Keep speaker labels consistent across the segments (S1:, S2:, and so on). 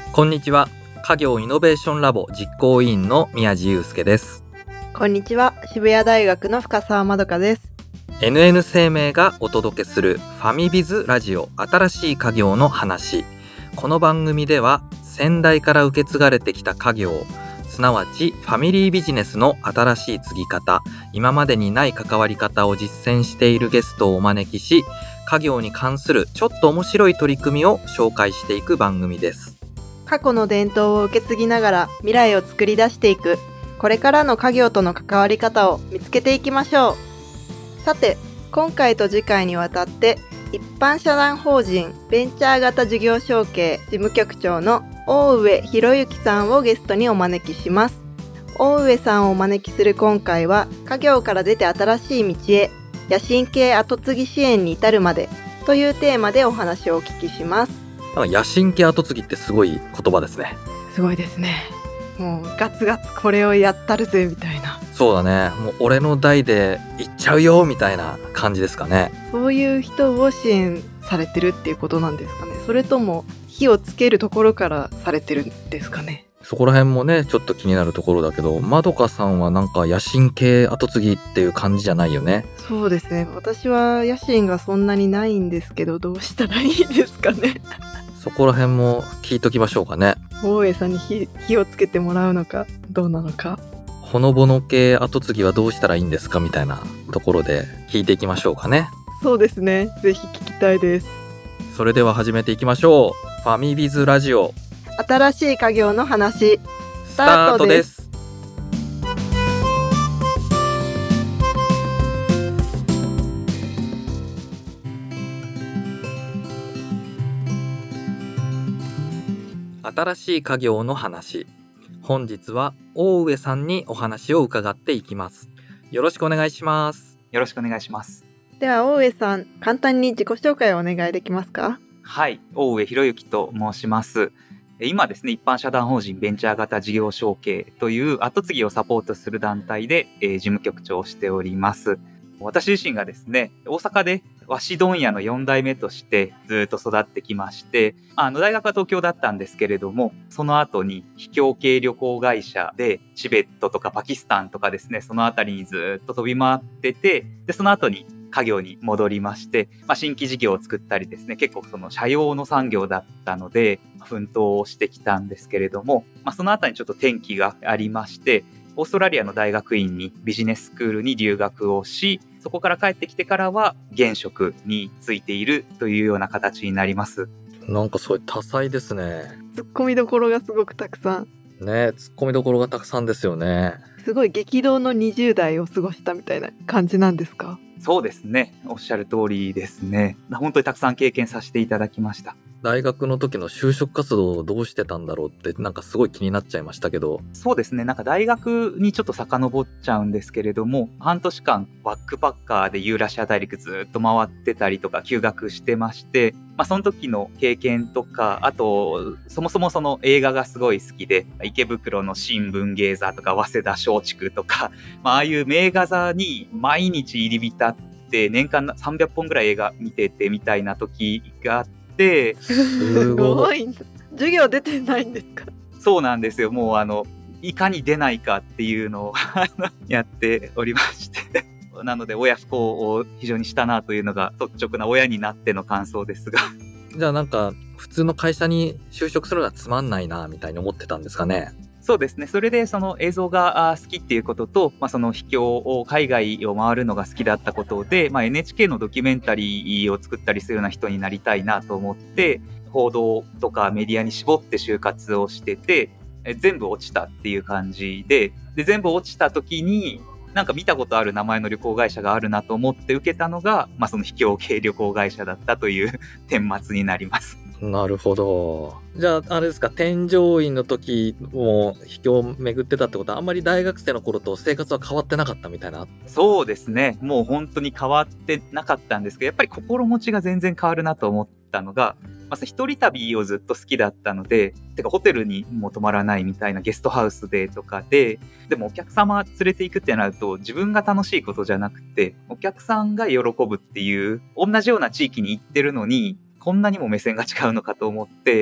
S1: こんにちは。家業イノベーションラボ実行委員の宮地祐介です。
S2: こんにちは。渋谷大学の深澤まどかです。
S1: NN 生命がお届けするファミビズラジオ新しい家業の話。この番組では先代から受け継がれてきた家業、すなわちファミリービジネスの新しい継ぎ方、今までにない関わり方を実践しているゲストをお招きし、家業に関するちょっと面白い取り組みを紹介していく番組です。
S2: 過去の伝統を受け継ぎながら未来を作り出していく、これからの家業との関わり方を見つけていきましょう。さて、今回と次回にわたって一般社団法人ベンチャー型事業承継事務局長の大上博之さんをゲストにお招きします。大上さんをお招きする今回は、家業から出て新しい道へ、野心系後継ぎ支援に至るまでというテーマでお話をお聞きします。
S1: 野心家後継ぎってすごい言葉ですね。
S2: すごいですね。もうガツガツこれをやったるぜみたいな。
S1: そうだね。もう俺の代で行っちゃうよみたいな感じですかね。
S2: そういう人を支援されてるっていうことなんですかね。それとも火をつけるところからされてるんですかね。
S1: そこら辺もねちょっと気になるところだけど、まどかさんはなんか野心系後継ぎっていう感じじゃないよね。
S2: そうですね。私は野心がそんなにないんですけど、どうしたらいいですかね。
S1: そこら辺も聞いときましょうかね。
S2: 大江さんに火をつけてもらうのかどうなのか。
S1: ほのぼの系後継ぎはどうしたらいいんですかみたいなところで聞いていきましょうかね。
S2: そうですね。ぜひ聞きたいです。
S1: それでは始めていきましょう。ファミビズラジオ
S2: 新しい家業の話
S1: スタートです。新しい家業の話。本日は大上さんにお話を伺っていきます。よろしくお願いします。
S3: よろしくお願いします。
S2: では大上さん、簡単に自己紹介をお願いできますか？
S3: はい、大上博之と申します。今ですね、一般社団法人ベンチャー型事業承継という後継ぎをサポートする団体で事務局長をしております。私自身がですね、大阪で和紙問屋の4代目としてずっと育ってきまして、大学は東京だったんですけれども、その後に秘境系旅行会社でチベットとかパキスタンとかですね、そのあたりにずっと飛び回ってて、でその後に家業に戻りまして、新規事業を作ったりですね、結構その社用の産業だったので奮闘をしてきたんですけれども、その後にちょっと転機がありまして、オーストラリアの大学院にビジネススクールに留学をし、そこから帰ってきてからは現職に就いているというような形になります。
S1: なんかすごい多彩ですね。
S2: ツッコミどころがすごくたくさん。
S1: ね、ツッコミどころがたくさんですよね。
S2: すごい激動の20代を過ごしたみたいな感じなんですか？
S3: そうですね。おっしゃる通りですね。本当にたくさん経験させていただきました。
S1: 大学の時の就職活動をどうしてたんだろうってなんかすごい気になっちゃいましたけど。
S3: そうですね。なんか大学にちょっと遡っちゃうんですけれども、半年間バックパッカーでユーラシア大陸ずっと回ってたりとか休学してまして、その時の経験とか、あとそもそもその映画がすごい好きで、池袋の新聞芸座とか早稲田松竹とか、ああいう名画座に毎日入り浸って年間300本ぐらい映画見ててみたいな時があって、
S1: すごい。
S2: 授業出てないんですか？
S3: そうなんですよ。もういかに出ないかっていうのをやっておりましてなので親不孝を非常にしたなというのが率直な親になっての感想ですが
S1: じゃあなんか普通の会社に就職するのはつまんないなみたいに思ってたんですかね。
S3: そうですね。それでその映像が好きっていうことと、その秘境を海外を回るのが好きだったことで、NHK のドキュメンタリーを作ったりするような人になりたいなと思って、報道とかメディアに絞って就活をしてて、全部落ちたっていう感じで、全部落ちた時になんか見たことある名前の旅行会社があるなと思って受けたのが、その秘境系旅行会社だったという顛末になります。
S1: なるほど。じゃああれですか、添乗員の時も秘境を巡ってたってことはあんまり大学生の頃と生活は変わってなかったみたいな。
S3: そうですね。もう本当に変わってなかったんですけど、やっぱり心持ちが全然変わるなと思ったのが、一人旅をずっと好きだったので、ホテルにも泊まらないみたいなゲストハウスでとかでもお客様連れて行くってなると自分が楽しいことじゃなくて、お客さんが喜ぶっていう、同じような地域に行ってるのにこんなにも目線が違うのかと思って、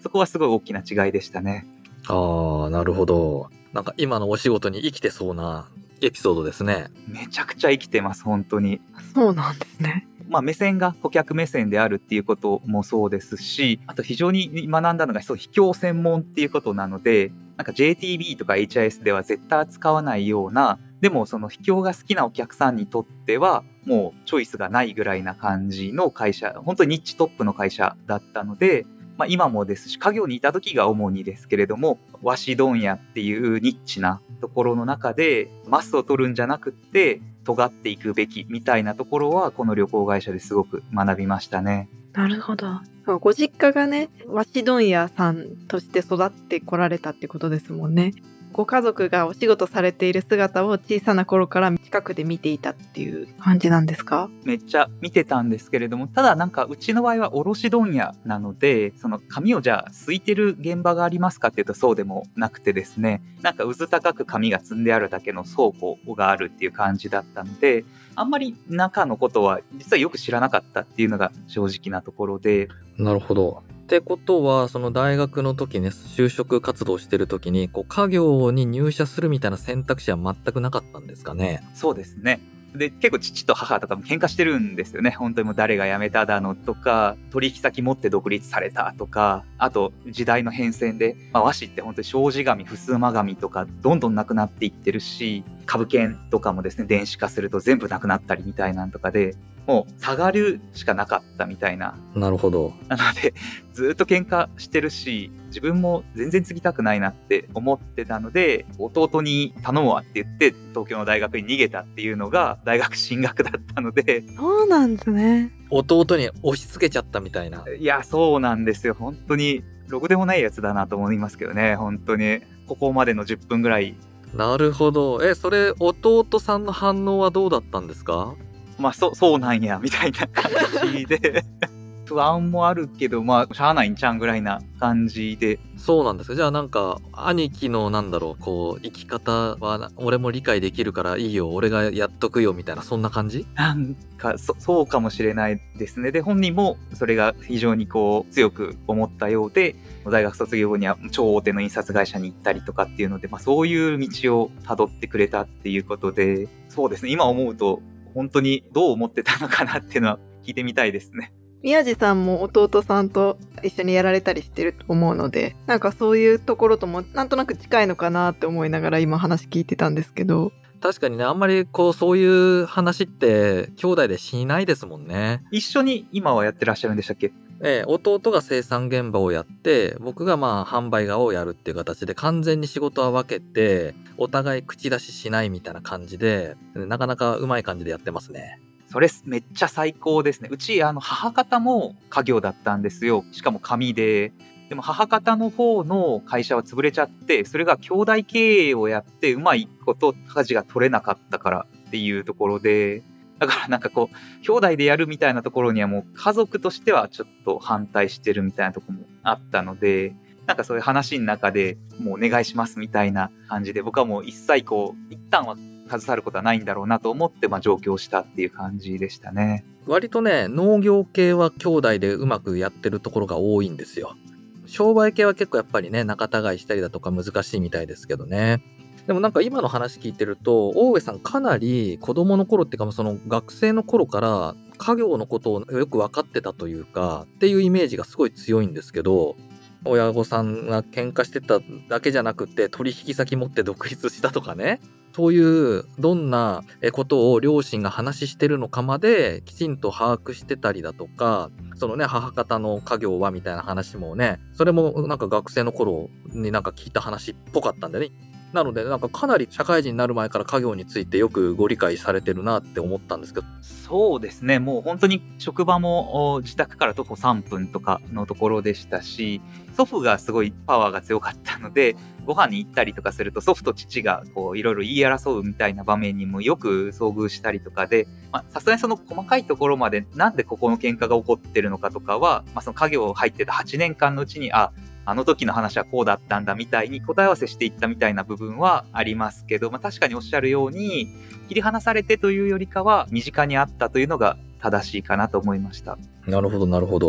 S3: そこはすごい大きな違いでしたね。
S1: ああ、なるほど。なんか今のお仕事に生きてそうなエピソードですね。
S3: めちゃくちゃ生きてます、本当に。
S2: そうなんですね。
S3: 目線が顧客目線であるっていうこともそうですし、あと非常に学んだのが秘境専門っていうことなので、なんか JTB とか HIS では絶対扱わないような、でもその秘境が好きなお客さんにとってはもうチョイスがないぐらいな感じの会社、本当にニッチトップの会社だったので、今もですし、家業にいた時が主にですけれども、和紙問屋っていうニッチなところの中でマスを取るんじゃなくって尖っていくべきみたいなところはこの旅行会社ですごく学びましたね。
S2: なるほど。ご実家がね、和紙問屋さんとして育ってこられたってことですもんね。ご家族がお仕事されている姿を小さな頃から近くで見ていたっていう感じなんですか？
S3: めっちゃ見てたんですけれども、ただなんかうちの場合は卸問屋なので、その紙をじゃあすいてる現場がありますかっていうとそうでもなくてですね、なんかうず高く紙が積んであるだけの倉庫があるっていう感じだったので、あんまり中のことは実はよく知らなかったっていうのが正直なところで。
S1: なるほど。ってことは、その大学の時ね、就職活動してる時に、家業に入社するみたいな選択肢は全くなかったんですかね。
S3: そうですね。で、結構父と母とかも喧嘩してるんですよね。本当にもう誰が辞めただのとか、取引先持って独立されたとか、あと時代の変遷で、和紙って本当に障子紙、襖紙とかどんどんなくなっていってるし、株券とかもですね、電子化すると全部なくなったりみたいなんとかで、もう下がるしかなかったみたいな。
S1: なるほど。
S3: なので、ずっと喧嘩してるし、自分も全然継ぎたくないなって思ってたので、弟に頼むわって言って東京の大学に逃げたっていうのが大学進学だったので。
S2: そうなんですね。
S1: 弟に押し付けちゃったみたいな。
S3: いや、そうなんですよ。本当にろくでもないやつだなと思いますけどね。本当にここまでの10分ぐらい。
S1: なるほど。それ弟さんの反応はどうだったんですか？
S3: そうなんやみたいな感じで不安もあるけど、しゃあないんちゃんぐらいな感じで。
S1: そうなんですか。じゃあなんか兄貴の生き方は俺も理解できるからいいよ、俺がやっとくよみたいな、そんな感じ？
S3: なんかそうかもしれないですね。で、本人もそれが非常に強く思ったようで、大学卒業後には超大手の印刷会社に行ったりとかっていうので、そういう道をたどってくれたっていうことで、そうですね、今思うと本当にどう思ってたのかなっていうのは聞いてみたいですね。
S2: 宮地さんも弟さんと一緒にやられたりしてると思うので、なんかそういうところともなんとなく近いのかなって思いながら今話聞いてたんですけど。
S1: 確かにね、あんまりそういう話って兄弟でしないですもんね。
S3: 一緒に今はやってらっしゃるんでしたっけ？
S1: 弟が生産現場をやって、僕が販売側をやるっていう形で完全に仕事は分けて、お互い口出ししないみたいな感じで、なかなかうまい感じでやってますね。
S3: それめっちゃ最高ですね。うち母方も家業だったんですよ。しかも紙で。でも母方の方の会社は潰れちゃって、それが兄弟経営をやってうまいこと舵が取れなかったからっていうところで、だからなんか兄弟でやるみたいなところにはもう家族としてはちょっと反対してるみたいなところもあったので、なんかそういう話の中でもうお願いしますみたいな感じで、僕はもう一切一旦は携わることはないんだろうなと思って上京したっていう感じでしたね。
S1: 割とね、農業系は兄弟でうまくやってるところが多いんですよ。商売系は結構やっぱりね、仲違いしたりだとか難しいみたいですけどね。でもなんか今の話聞いてると、大上さんかなり子供の頃っていうか、その学生の頃から家業のことをよく分かってたというか、っていうイメージがすごい強いんですけど、親御さんが喧嘩してただけじゃなくて取引先持って独立したとかね、そういうどんなことを両親が話してるのかまできちんと把握してたりだとか、そのね、母方の家業はみたいな話もね、それもなんか学生の頃になんか聞いた話っぽかったんでね。なのでなんかかなり社会人になる前から家業についてよくご理解されてるなって思ったんですけど。
S3: そうですね、もう本当に職場も自宅から徒歩3分とかのところでしたし、祖父がすごいパワーが強かったので、ご飯に行ったりとかすると祖父と父がいろいろ言い争うみたいな場面にもよく遭遇したりとかで、さすがにその細かいところまでなんでここの喧嘩が起こってるのかとかは、その家業入ってた8年間のうちにあの時の話はこうだったんだみたいに答え合わせしていったみたいな部分はありますけど、確かにおっしゃるように切り離されてというよりかは身近にあったというのが正しいかなと思いました。
S1: なるほどなるほど。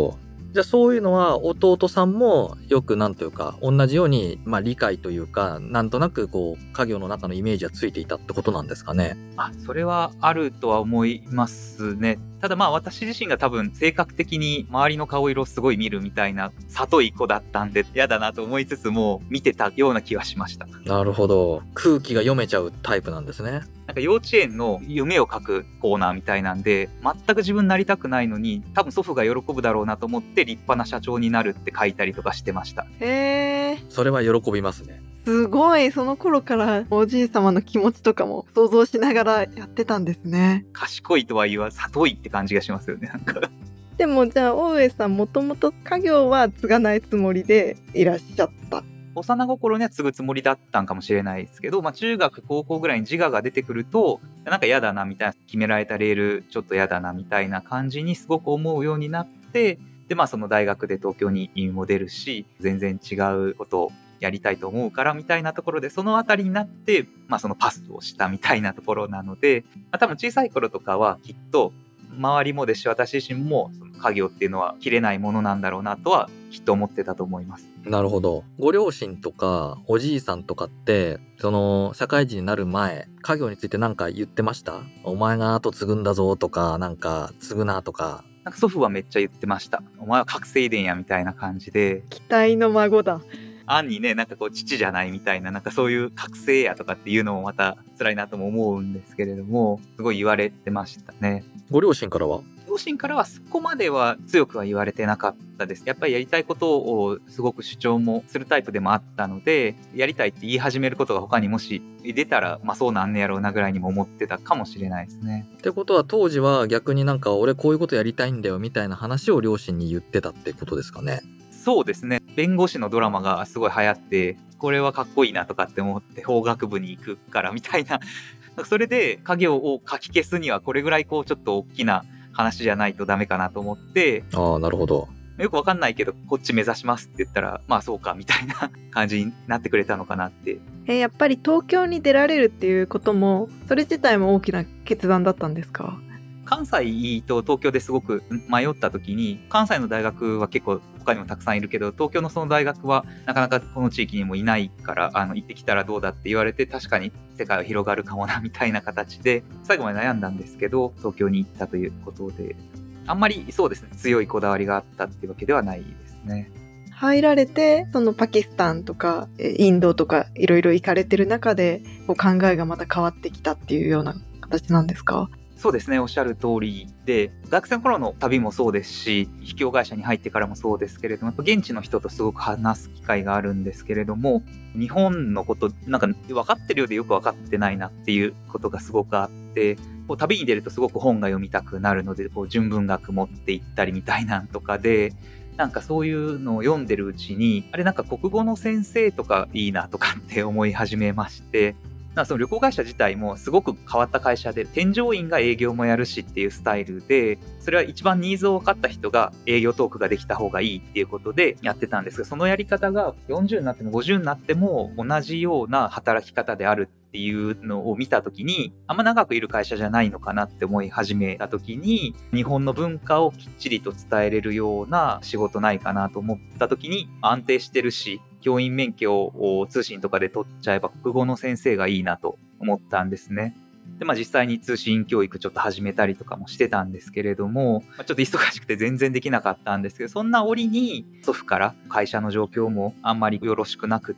S1: じゃあそういうのは弟さんもよくなんというか同じように理解というかなんとなくこう家業の中のイメージはついていたってことなんですかね。
S3: それはあるとは思いますね。ただ私自身が多分性格的に周りの顔色をすごい見るみたいな里い子だったんで嫌だなと思いつつも見てたような気はしました。
S1: なるほど。空気が読めちゃうタイプなんですね。
S3: なんか幼稚園の夢を書くコーナーみたいなんで全く自分になりたくないのに多分祖父が喜ぶだろうなと思って立派な社長になるって書いたりとかしてました。
S2: へー、
S1: それは喜びますね。
S2: すごい。その頃からおじい様の気持ちとかも想像しながらやってたんですね。
S3: 賢いとは言わ里いって感じがしますよね。なんか
S2: でもじゃあ大上さんもともと家業は継がないつもりでいらっしゃった。
S3: 幼心には継ぐつもりだったんかもしれないですけど、中学高校ぐらいに自我が出てくるとなんか嫌だなみたいな、決められたレールちょっと嫌だなみたいな感じにすごく思うようになって、でその大学で東京にも出るし全然違うことをやりたいと思うからみたいなところでそのあたりになってそのパスをしたみたいなところなので、多分小さい頃とかはきっと周りもですし私自身もその家業っていうのは切れないものなんだろうなとはきっと思ってたと思います。
S1: なるほど。ご両親とかおじいさんとかってその社会人になる前家業について何か言ってました？お前が後継ぐんだぞとかなんか継ぐなとか。
S3: なんか祖父はめっちゃ言ってました。お前は覚醒遺伝やみたいな感じで、
S2: 期待の孫だ。
S3: 暗にねなんかこう父じゃないみたいな、なんかそういう覚醒やとかっていうのもまた辛いなとも思うんですけれども、すごい言われてましたね。
S1: ご両親からは？
S3: 両親からはそこまでは強くは言われてなかったです。やっぱりやりたいことをすごく主張もするタイプでもあったので、やりたいって言い始めることが他にもし出たらそうなんねやろうなぐらいにも思ってたかもしれないですね。
S1: ってことは当時は逆になんか俺こういうことやりたいんだよみたいな話を両親に言ってたってことですかね。
S3: そうですね。弁護士のドラマがすごい流行ってこれはかっこいいなとかって思って法学部に行くからみたいなそれで家業を書き消すにはこれぐらいこうちょっと大きな話じゃないとダメかなと思って、
S1: なるほど。
S3: よくわかんないけどこっち目指しますって言ったらそうかみたいな感じになってくれたのかなって。
S2: やっぱり東京に出られるっていうこともそれ自体も大きな決断だったんですか？
S3: 関西と東京ですごく迷った時に、関西の大学は結構他にもたくさんいるけど東京のその大学はなかなかこの地域にもいないから行ってきたらどうだって言われて、確かに世界は広がるかもなみたいな形で最後まで悩んだんですけど東京に行ったということで、あんまりそうですね強いこだわりがあったっていうわけではないですね。
S2: 入られてそのパキスタンとかインドとかいろいろ行かれてる中でこう考えがまた変わってきたっていうような形なんですか？
S3: そうですね、おっしゃる通りで、学生の頃の旅もそうですし秘境会社に入ってからもそうですけれども、やっぱ現地の人とすごく話す機会があるんですけれども、日本のことなんか分かってるようでよく分かってないなっていうことがすごくあって、こう旅に出るとすごく本が読みたくなるのでこう純文学持って行ったりみたいなんとかで、なんかそういうのを読んでるうちになんか国語の先生とかいいなとかって思い始めまして、その旅行会社自体もすごく変わった会社で添乗員が営業もやるしっていうスタイルで、それは一番ニーズを分かった人が営業トークができた方がいいっていうことでやってたんですが、そのやり方が40になっても50になっても同じような働き方であるっていうのを見たときに、あんま長くいる会社じゃないのかなって思い始めたときに、日本の文化をきっちりと伝えれるような仕事ないかなと思ったときに、安定してるし教員免許を通信とかで取っちゃえば国語の先生がいいなと思ったんですね。で実際に通信教育ちょっと始めたりとかもしてたんですけれども、ちょっと忙しくて全然できなかったんですけど、そんな折に祖父から会社の状況もあんまりよろしくなくって、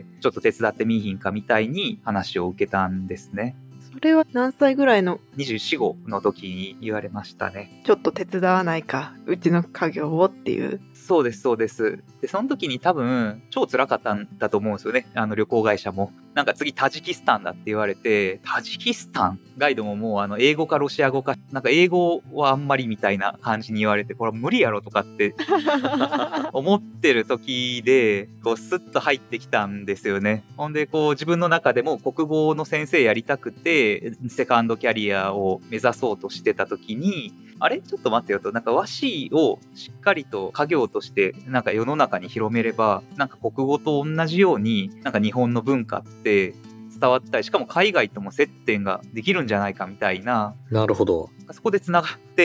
S3: ちょっと手伝ってみいひんかみたいに話を受けたんですね。
S2: それは何歳ぐらいの
S3: 24、5の時に言われましたね。
S2: ちょっと手伝わないかうちの家業をっていう。
S3: そうですそうです。でその時に多分超辛かったんだと思うんですよね。旅行会社もなんか次タジキスタンだって言われて、タジキスタンガイドももう英語かロシア語か、なんか英語はあんまりみたいな感じに言われて、これは無理やろとかって思ってる時でこうスッと入ってきたんですよね。ほんでこう自分の中でも国語の先生やりたくてセカンドキャリアを目指そうとしてた時に、あれちょっと待ってよと、なんか和紙をしっかりと家業としてなんか世の中に広めれば、なんか国語と同じようになんか日本の文化って伝わったり、しかも海外とも接点ができるんじゃないかみたいな。
S1: なるほど。
S3: そこでつながって、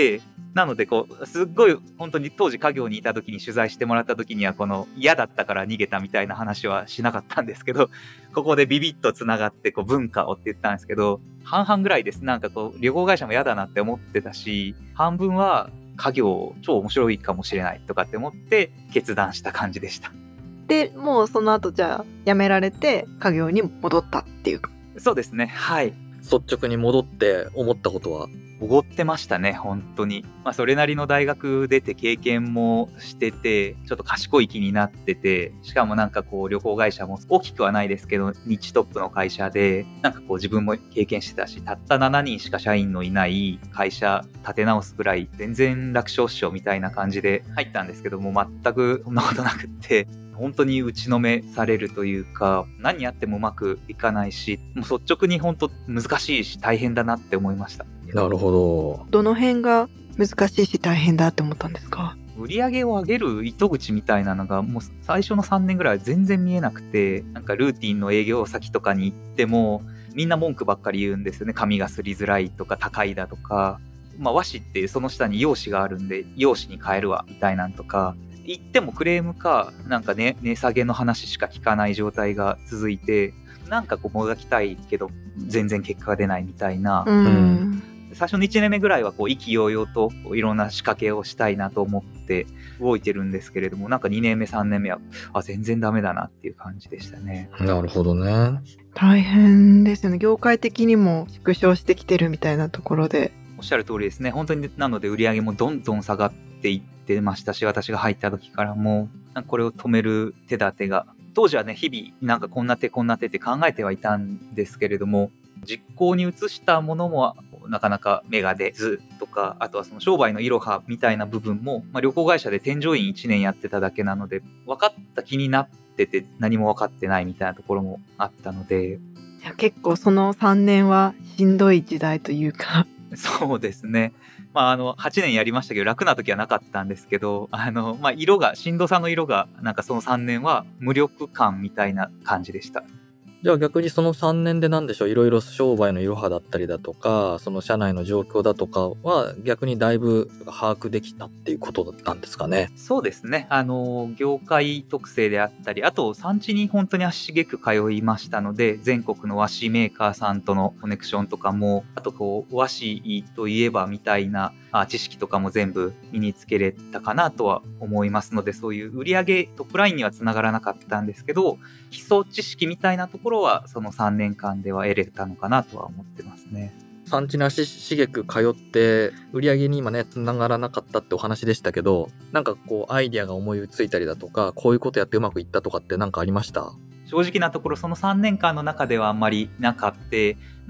S3: なのですっごい本当に当時家業にいた時に取材してもらった時には嫌だったから逃げたみたいな話はしなかったんですけど、ここでビビッとつながって文化をって言ったんですけど、半々ぐらいです。なんか旅行会社も嫌だなって思ってたし、半分は家業超面白いかもしれないとかって思って決断した感じでした。
S2: でもうその後じゃあ辞められて家業に戻ったっていう。
S3: そうですね、はい。
S1: 率直に戻って思ったことは？
S3: おごってましたね、本当に。それなりの大学出て経験もしてて、ちょっと賢い気になってて、しかもなんか旅行会社も大きくはないですけど、ニッチトップの会社で、なんか自分も経験してたし、たった7人しか社員のいない会社立て直すぐらい、全然楽勝っしょみたいな感じで入ったんですけども、全くそんなことなくって、本当に打ちのめされるというか、何やってもうまくいかないし、もう率直に本当難しいし大変だなって思いました。
S1: なるほど。
S2: どの辺が難しいし大変だって思ったんですか？
S3: 売り上げを上げる糸口みたいなのがもう最初の3年ぐらい全然見えなくて、なんかルーティンの営業先とかに行ってもみんな文句ばっかり言うんですよね。紙がすりづらいとか高いだとか、和紙ってその下に用紙があるんで用紙に変えるわみたいなんとか、言ってもクレームかなんか値下げの話しか聞かない状態が続いて、なんかもがきたいけど全然結果が出ないみたいな。最初の1年目ぐらいは意気揚々といろんな仕掛けをしたいなと思って動いてるんですけれども、なんか2年目3年目は全然ダメだなっていう感じでしたね。
S1: なるほどね。
S2: 大変ですよね。業界的にも縮小してきてるみたいなところで。
S3: おっしゃる通りですね。本当になので売り上げもどんどん下がっていってましたし、私が入った時からもなんかこれを止める手立てが、当時はね日々なんかこんな手って考えてはいたんですけれども、実行に移したものもなかなか芽が出ずとか、あとはその商売のいろはみたいな部分も、旅行会社で添乗員1年やってただけなので、分かった気になってて何も分かってないみたいなところもあったので。
S2: いや結構その3年はしんどい時代というか。
S3: そうですね。8年やりましたけど楽な時はなかったんですけど、しんどさの色がなんかその3年は無力感みたいな感じでした。
S1: じゃあ逆にその3年で何でしょう、いろいろ商売のいろはだったりだとか、その社内の状況だとかは逆にだいぶ把握できたっていうことだったんですかね。
S3: そうですね。業界特性であったり、あと産地に本当に足しげく通いましたので、全国の和紙メーカーさんとのコネクションとかも、あと和紙といえばみたいな知識とかも全部身につけれたかなとは思いますので、そういう売上トップラインにはつながらなかったんですけど、基礎知識みたいなところはその3年間では得れたのかなとは思ってますね。
S1: 産地に足しげく通って売り上げに今ねつながらなかったってお話でしたけど、なんかアイディアが思いついたりだとか、こういうことやってうまくいったとかって何かありました？
S3: 正直なところその3年間の中ではあんまりなかった。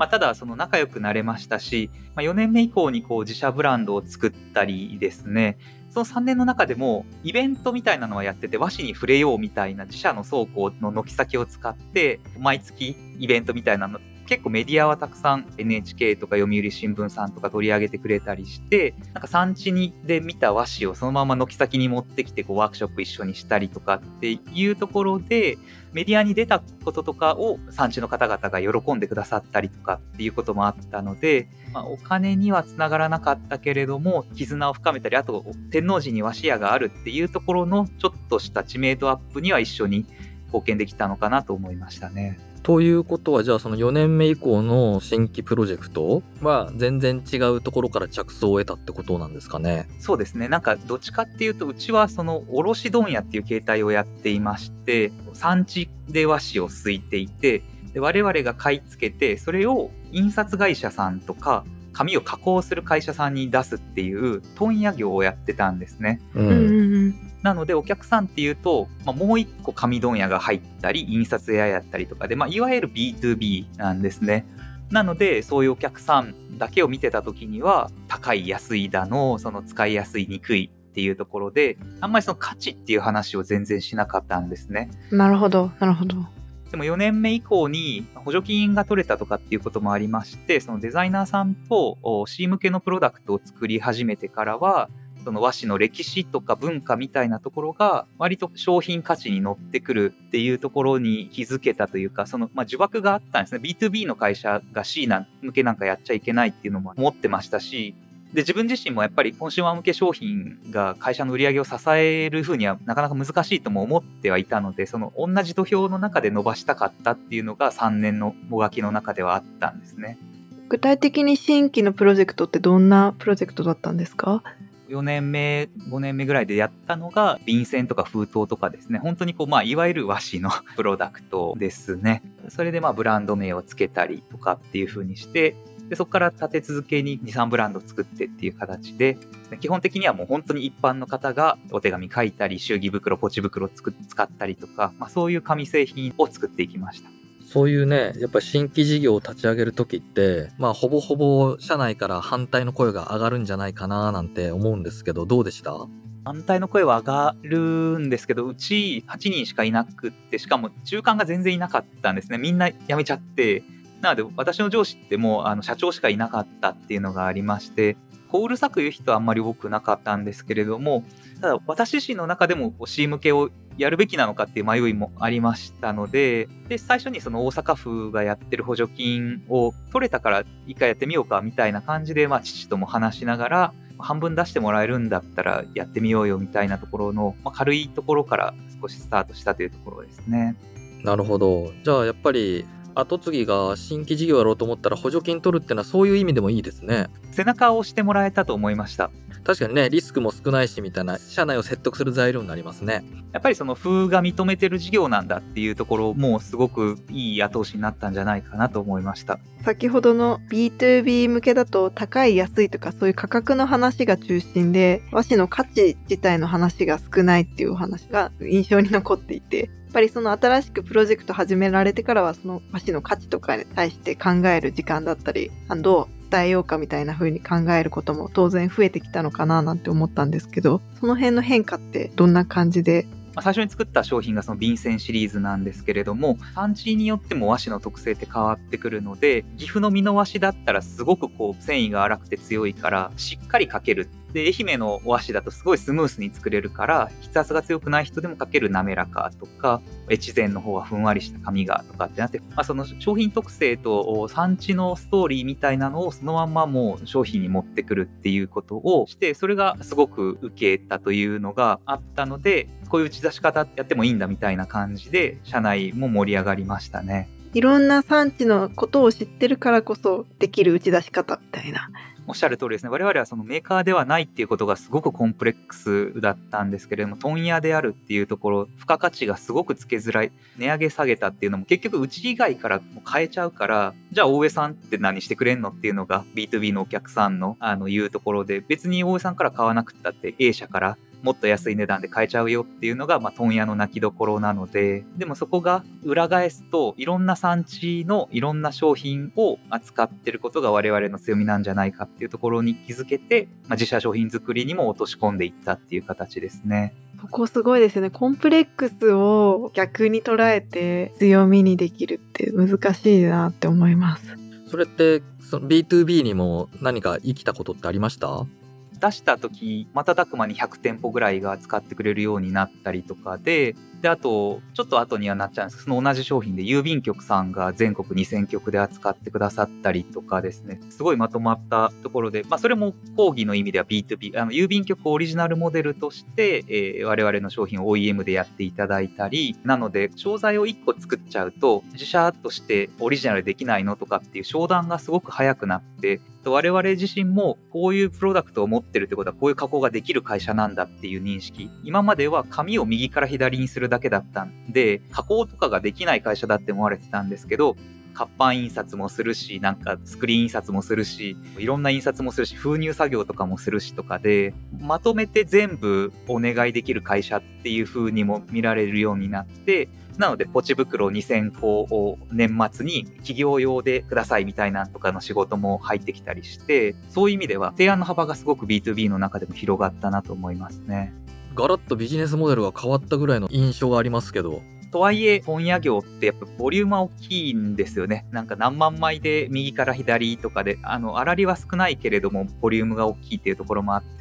S3: ただその仲良くなれましたし、4年目以降に自社ブランドを作ったりですね、その3年の中でもイベントみたいなのはやってて、和紙に触れようみたいな自社の倉庫の軒先を使って毎月イベントみたいなの結構メディアはたくさん NHK とか読売新聞さんとか取り上げてくれたりして、なんか産地で見た和紙をそのまま軒先に持ってきてワークショップ一緒にしたりとかっていうところで、メディアに出たこととかを産地の方々が喜んでくださったりとかっていうこともあったので、お金にはつながらなかったけれども絆を深めたり、あと天王寺に和紙屋があるっていうところのちょっとした知名度アップには一緒に貢献できたのかなと思いましたね。
S1: ということは、じゃあその4年目以降の新規プロジェクトは全然違うところから着想を得たってことなんですかね。
S3: そうですね。なんかどっちかっていうと、うちはその卸問屋っていう形態をやっていまして、産地で和紙をすいていて、で我々が買い付けて、それを印刷会社さんとか紙を加工する会社さんに出すっていう問屋業をやってたんですね。なのでお客さんっていうと、もう一個紙問屋が入ったり印刷屋やったりとかで、いわゆる B2B なんですね。なのでそういうお客さんだけを見てた時には、高い安いだのその使いやすいにくいっていうところで、あんまりその価値っていう話を全然しなかったんですね。
S2: なるほどなるほど。
S3: でも4年目以降に補助金が取れたとかっていうこともありまして、そのデザイナーさんと C 向けのプロダクトを作り始めてからは、その和紙の歴史とか文化みたいなところが割と商品価値に乗ってくるっていうところに気づけたというか、その呪縛があったんですね。 B2B の会社が C 向けなんかやっちゃいけないっていうのも思ってましたし、 で自分自身もやっぱりコンシューマー向け商品が会社の売り上げを支えるふうにはなかなか難しいとも思ってはいたので、その同じ土俵の中で伸ばしたかったっていうのが3年のもがきの中ではあったんですね。
S2: 具体的に新規のプロジェクトってどんなプロジェクトだったんですか
S3: ？4年目5年目ぐらいでやったのが便箋とか封筒とかですね。本当にいわゆる和紙のプロダクトですね。それでブランド名をつけたりとかっていう風にして、でそこから立て続けに 2,3 ブランド作ってっていう形で、基本的にはもう本当に一般の方がお手紙書いたり、祝儀袋ポチ袋を使ったりとか、そういう紙製品を作っていきました。
S1: そういうね、やっぱり新規事業を立ち上げるときって、ほぼほぼ社内から反対の声が上がるんじゃないかななんて思うんですけど、どうでした？
S3: 反対の声は上がるんですけど、うち8人しかいなくって、しかも中間が全然いなかったんですね。みんな辞めちゃって。なので私の上司ってもう社長しかいなかったっていうのがありまして、うるさく言う人はあんまり多くなかったんですけれども、ただ私自身の中でもC 向けをやるべきなのかっていう迷いもありましたので、最初にその大阪府がやってる補助金を取れたから一回やってみようかみたいな感じで、父とも話しながら、半分出してもらえるんだったらやってみようよみたいなところの、軽いところから少しスタートしたというところですね。
S1: なるほど。じゃあやっぱり後継ぎが新規事業やろうと思ったら補助金取るってのはそういう意味でもいいですね。
S3: 背中を押してもらえたと思いました。
S1: 確かにね、リスクも少ないしみたいな、社内を説得する材料になりますね。
S3: やっぱりその府が認めてる事業なんだっていうところもすごくいい後押しになったんじゃないかなと思いました。
S2: 先ほどの B2B 向けだと高い安いとかそういう価格の話が中心で、和紙の価値自体の話が少ないっていうお話が印象に残っていて、やっぱりその新しくプロジェクト始められてからはその和紙の価値とかに対して考える時間だったり、どう伝えようかみたいな風に考えることも当然増えてきたのかななんて思ったんですけど、その辺の変化ってどんな感じで？
S3: 最初に作った商品がその便箋シリーズなんですけれども、産地によっても和紙の特性って変わってくるので、岐阜の美濃和紙だったらすごく繊維が粗くて強いからしっかり書ける。で愛媛の和紙だとすごいスムースに作れるから筆圧が強くない人でも書ける滑らかとか、越前の方はふんわりした紙がとかってなって、その商品特性と産地のストーリーみたいなのをそのまんまもう商品に持ってくるっていうことをして、それがすごく受けたというのがあったので、こういう打ち出し方やってもいいんだみたいな感じで社内も盛り上がりましたね。
S2: いろんな産地のことを知ってるからこそできる打ち出し方みたいな。
S3: おっしゃる通りですね。我々はそのメーカーではないっていうことがすごくコンプレックスだったんですけれども、問屋であるっていうところ、付加価値がすごくつけづらい。値上げ下げたっていうのも結局うち以外からも変えちゃうから、じゃあ大江さんって何してくれんのっていうのが B2B のお客さんの言うところで、別に大江さんから買わなくったって A 社からもっと安い値段で買えちゃうよっていうのが問屋の泣きどころなので、でもそこが裏返すといろんな産地のいろんな商品を扱ってることが我々の強みなんじゃないかっていうところに気づけて、自社商品作りにも落とし込んでいったっていう形ですね。
S2: そこすごいですよね。コンプレックスを逆に捉えて強みにできるって難しいなって思います。
S1: それってその B2B にも何か生きたことってありました？
S3: 出した時瞬く間に100店舗ぐらいが使ってくれるようになったりとかで、あとちょっと後にはなっちゃうんですけど、その同じ商品で郵便局さんが全国2000局で扱ってくださったりとかですね、すごいまとまったところで、それも講義の意味では B2B、郵便局オリジナルモデルとして、我々の商品を OEM でやっていただいたり、なので商材を1個作っちゃうと自社としてオリジナルできないのとかっていう商談がすごく早くなって、我々自身もこういうプロダクトを持ってるってことはこういう加工ができる会社なんだっていう認識。今までは紙を右から左にするだけだったんで、加工とかができない会社だって思われてたんですけど、活版印刷もするし、スクリーン印刷もするし、いろんな印刷もするし、封入作業とかもするしとかで、まとめて全部お願いできる会社っていう風にも見られるようになって、なのでポチ袋2000個を年末に企業用でくださいみたいなとかの仕事も入ってきたりして、そういう意味では提案の幅がすごく B2B の中でも広がったなと思いますね。
S1: ガラッとビジネスモデルが変わったぐらいの印象がありますけど、
S3: とはいえ問屋業ってやっぱボリュームは大きいんですよね。何万枚で右から左とかで粗利は少ないけれどもボリュームが大きいっていうところもあって、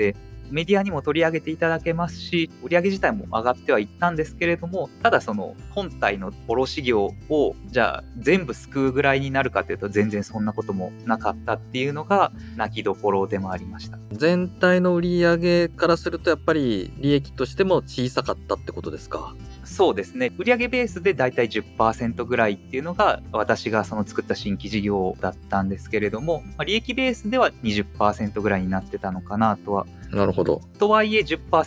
S3: メディアにも取り上げていただけますし、売上自体も上がってはいったんですけれども、ただその本体の卸業をじゃあ全部救うぐらいになるかというと全然そんなこともなかったっていうのが泣きどころでもありました。
S1: 全体の売上からするとやっぱり利益としても小さかったってことですか？
S3: そうですね。売上ベースでだいたい 10% ぐらいっていうのが私がその作った新規事業だったんですけれども、利益ベースでは 20% ぐらいになってたのかなとは。
S1: なるほど。
S3: とはいえ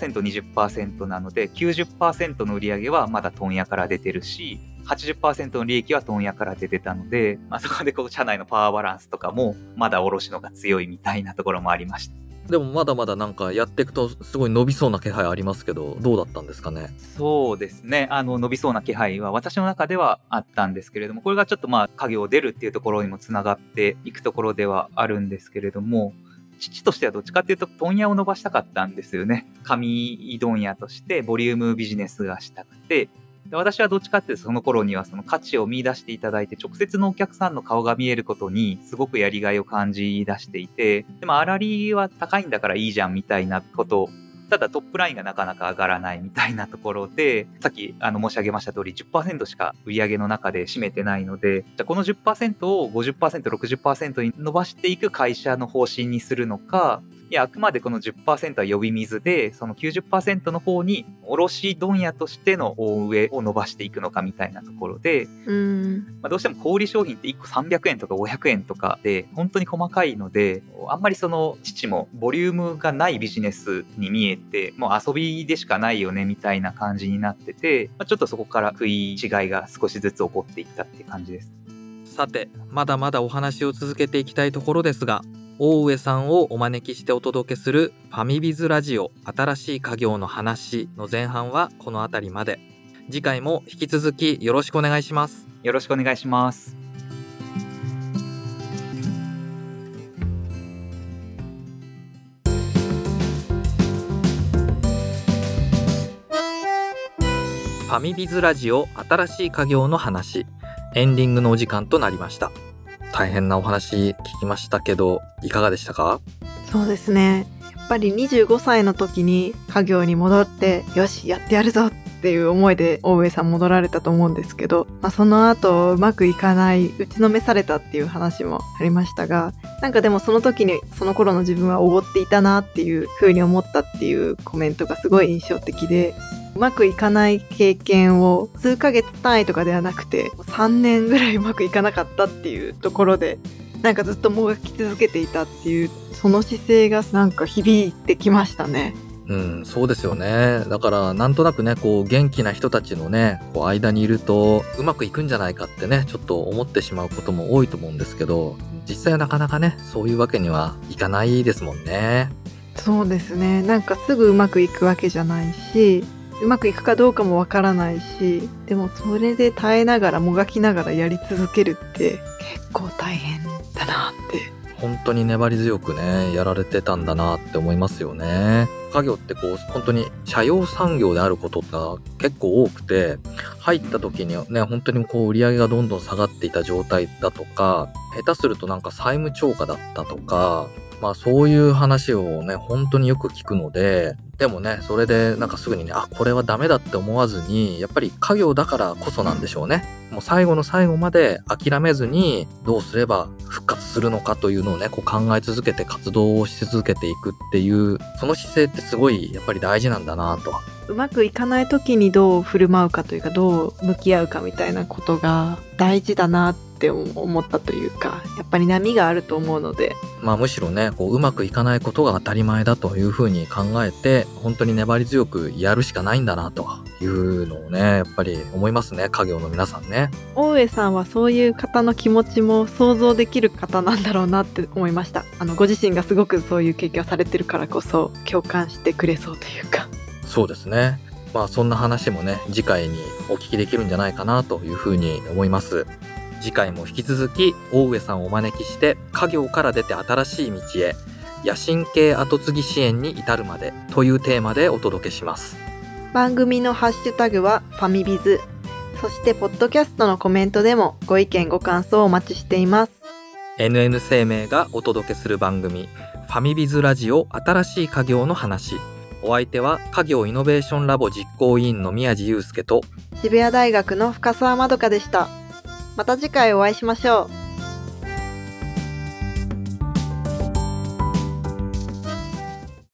S3: 10%、20% なので 90% の売上はまだ問屋から出てるし、80% の利益は問屋から出てたので、そこで社内のパワーバランスとかもまだ卸のが強いみたいなところもありました。
S1: でもまだまだなんかやっていくとすごい伸びそうな気配ありますけど、どうだったんですかね？
S3: そうですね。伸びそうな気配は私の中ではあったんですけれども、これがちょっと家業を出るっていうところにもつながっていくところではあるんですけれども、父としてはどっちかっていうと問屋を伸ばしたかったんですよね。紙問屋としてボリュームビジネスがしたくて、で私はどっちかっていうとその頃にはその価値を見出していただいて直接のお客さんの顔が見えることにすごくやりがいを感じ出していて、でも粗利は高いんだからいいじゃんみたいなことを、ただトップラインがなかなか上がらないみたいなところで、さっき申し上げました通り 10% しか売上の中で占めてないので、じゃあこの 10% を 50%、60% に伸ばしていく会社の方針にするのか、いや、あくまでこの 10% は呼び水で、その 90% の方に卸問屋としての大上を伸ばしていくのかみたいなところで、どうしても小売商品って1個300円とか500円とかで本当に細かいので、あんまりその父もボリュームがないビジネスに見えて、もう遊びでしかないよねみたいな感じになってて、ちょっとそこから食い違いが少しずつ起こっていったっていう感じです。
S1: さて、まだまだお話を続けていきたいところですが、大上さんをお招きしてお届けするファミビズラジオ新しい家業の話の前半はこの辺りまで。次回も引き続きよろしくお願いします。
S3: よろしくお願いします。
S1: ファミビズラジオ新しい家業の話、エンディングのお時間となりました。大変なお話聞きましたけど、いかがでしたか？
S2: そうですね。やっぱり25歳の時に家業に戻って、よし、やってやるぞっていう思いで大上さん戻られたと思うんですけど、その後うまくいかない、打ちのめされたっていう話もありましたが、なんかでもその時にその頃の自分はおごっていたなっていう風に思ったっていうコメントがすごい印象的で、うまくいかない経験を数ヶ月単位とかではなくて3年ぐらいうまくいかなかったっていうところで、なんかずっともがき続けていたっていうその姿勢がなんか響いてきましたね。
S1: そうですよね。だからなんとなくね、元気な人たちのね、間にいるとうまくいくんじゃないかってね、ちょっと思ってしまうことも多いと思うんですけど、実際はなかなかね、そういうわけにはいかないですもんね。
S2: そうですね。なんかすぐうまくいくわけじゃないし、うまくいくかどうかもわからないし、でもそれで耐えながらもがきながらやり続けるって結構大変だなって。
S1: 本当に粘り強くね、やられてたんだなって思いますよね。家業って本当に社用産業であることが結構多くて、入った時にね、本当に売り上げがどんどん下がっていた状態だとか、下手するとなんか債務超過だったとか、そういう話をね、本当によく聞くので、でもね、それでなんかすぐにね、これはダメだって思わずに、やっぱり家業だからこそなんでしょうね。もう最後の最後まで諦めずに、どうすれば復活するのかというのをね、考え続けて活動をし続けていくっていう、その姿勢ってすごいやっぱり大事なんだなと。
S2: うまくいかない時にどう振る舞うかというか、どう向き合うかみたいなことが大事だなって思ったというか、やっぱり波があると思うので、
S1: むしろね、うまくいかないことが当たり前だというふうに考えて、本当に粘り強くやるしかないんだなというのをね、やっぱり思いますね、家業の皆さんね。
S2: 大上さんはそういう方の気持ちも想像できる方なんだろうなって思いました。ご自身がすごくそういう経験をされてるからこそ共感してくれそうというか。
S1: そうですね。そんな話もね、次回にお聞きできるんじゃないかなというふうに思います。次回も引き続き大上さんをお招きして、家業から出て新しい道へ、野心系後継ぎ支援に至るまでというテーマでお届けします。
S2: 番組のハッシュタグはファミビズ、そしてポッドキャストのコメントでもご意見ご感想をお待ちしています。
S1: NN 生命がお届けする番組ファミビズラジオ新しい家業の話。お相手は家業イノベーションラボ実行委員の宮地祐介と
S2: 渋谷大学の深澤まどかでした。また次回お会いしましょう。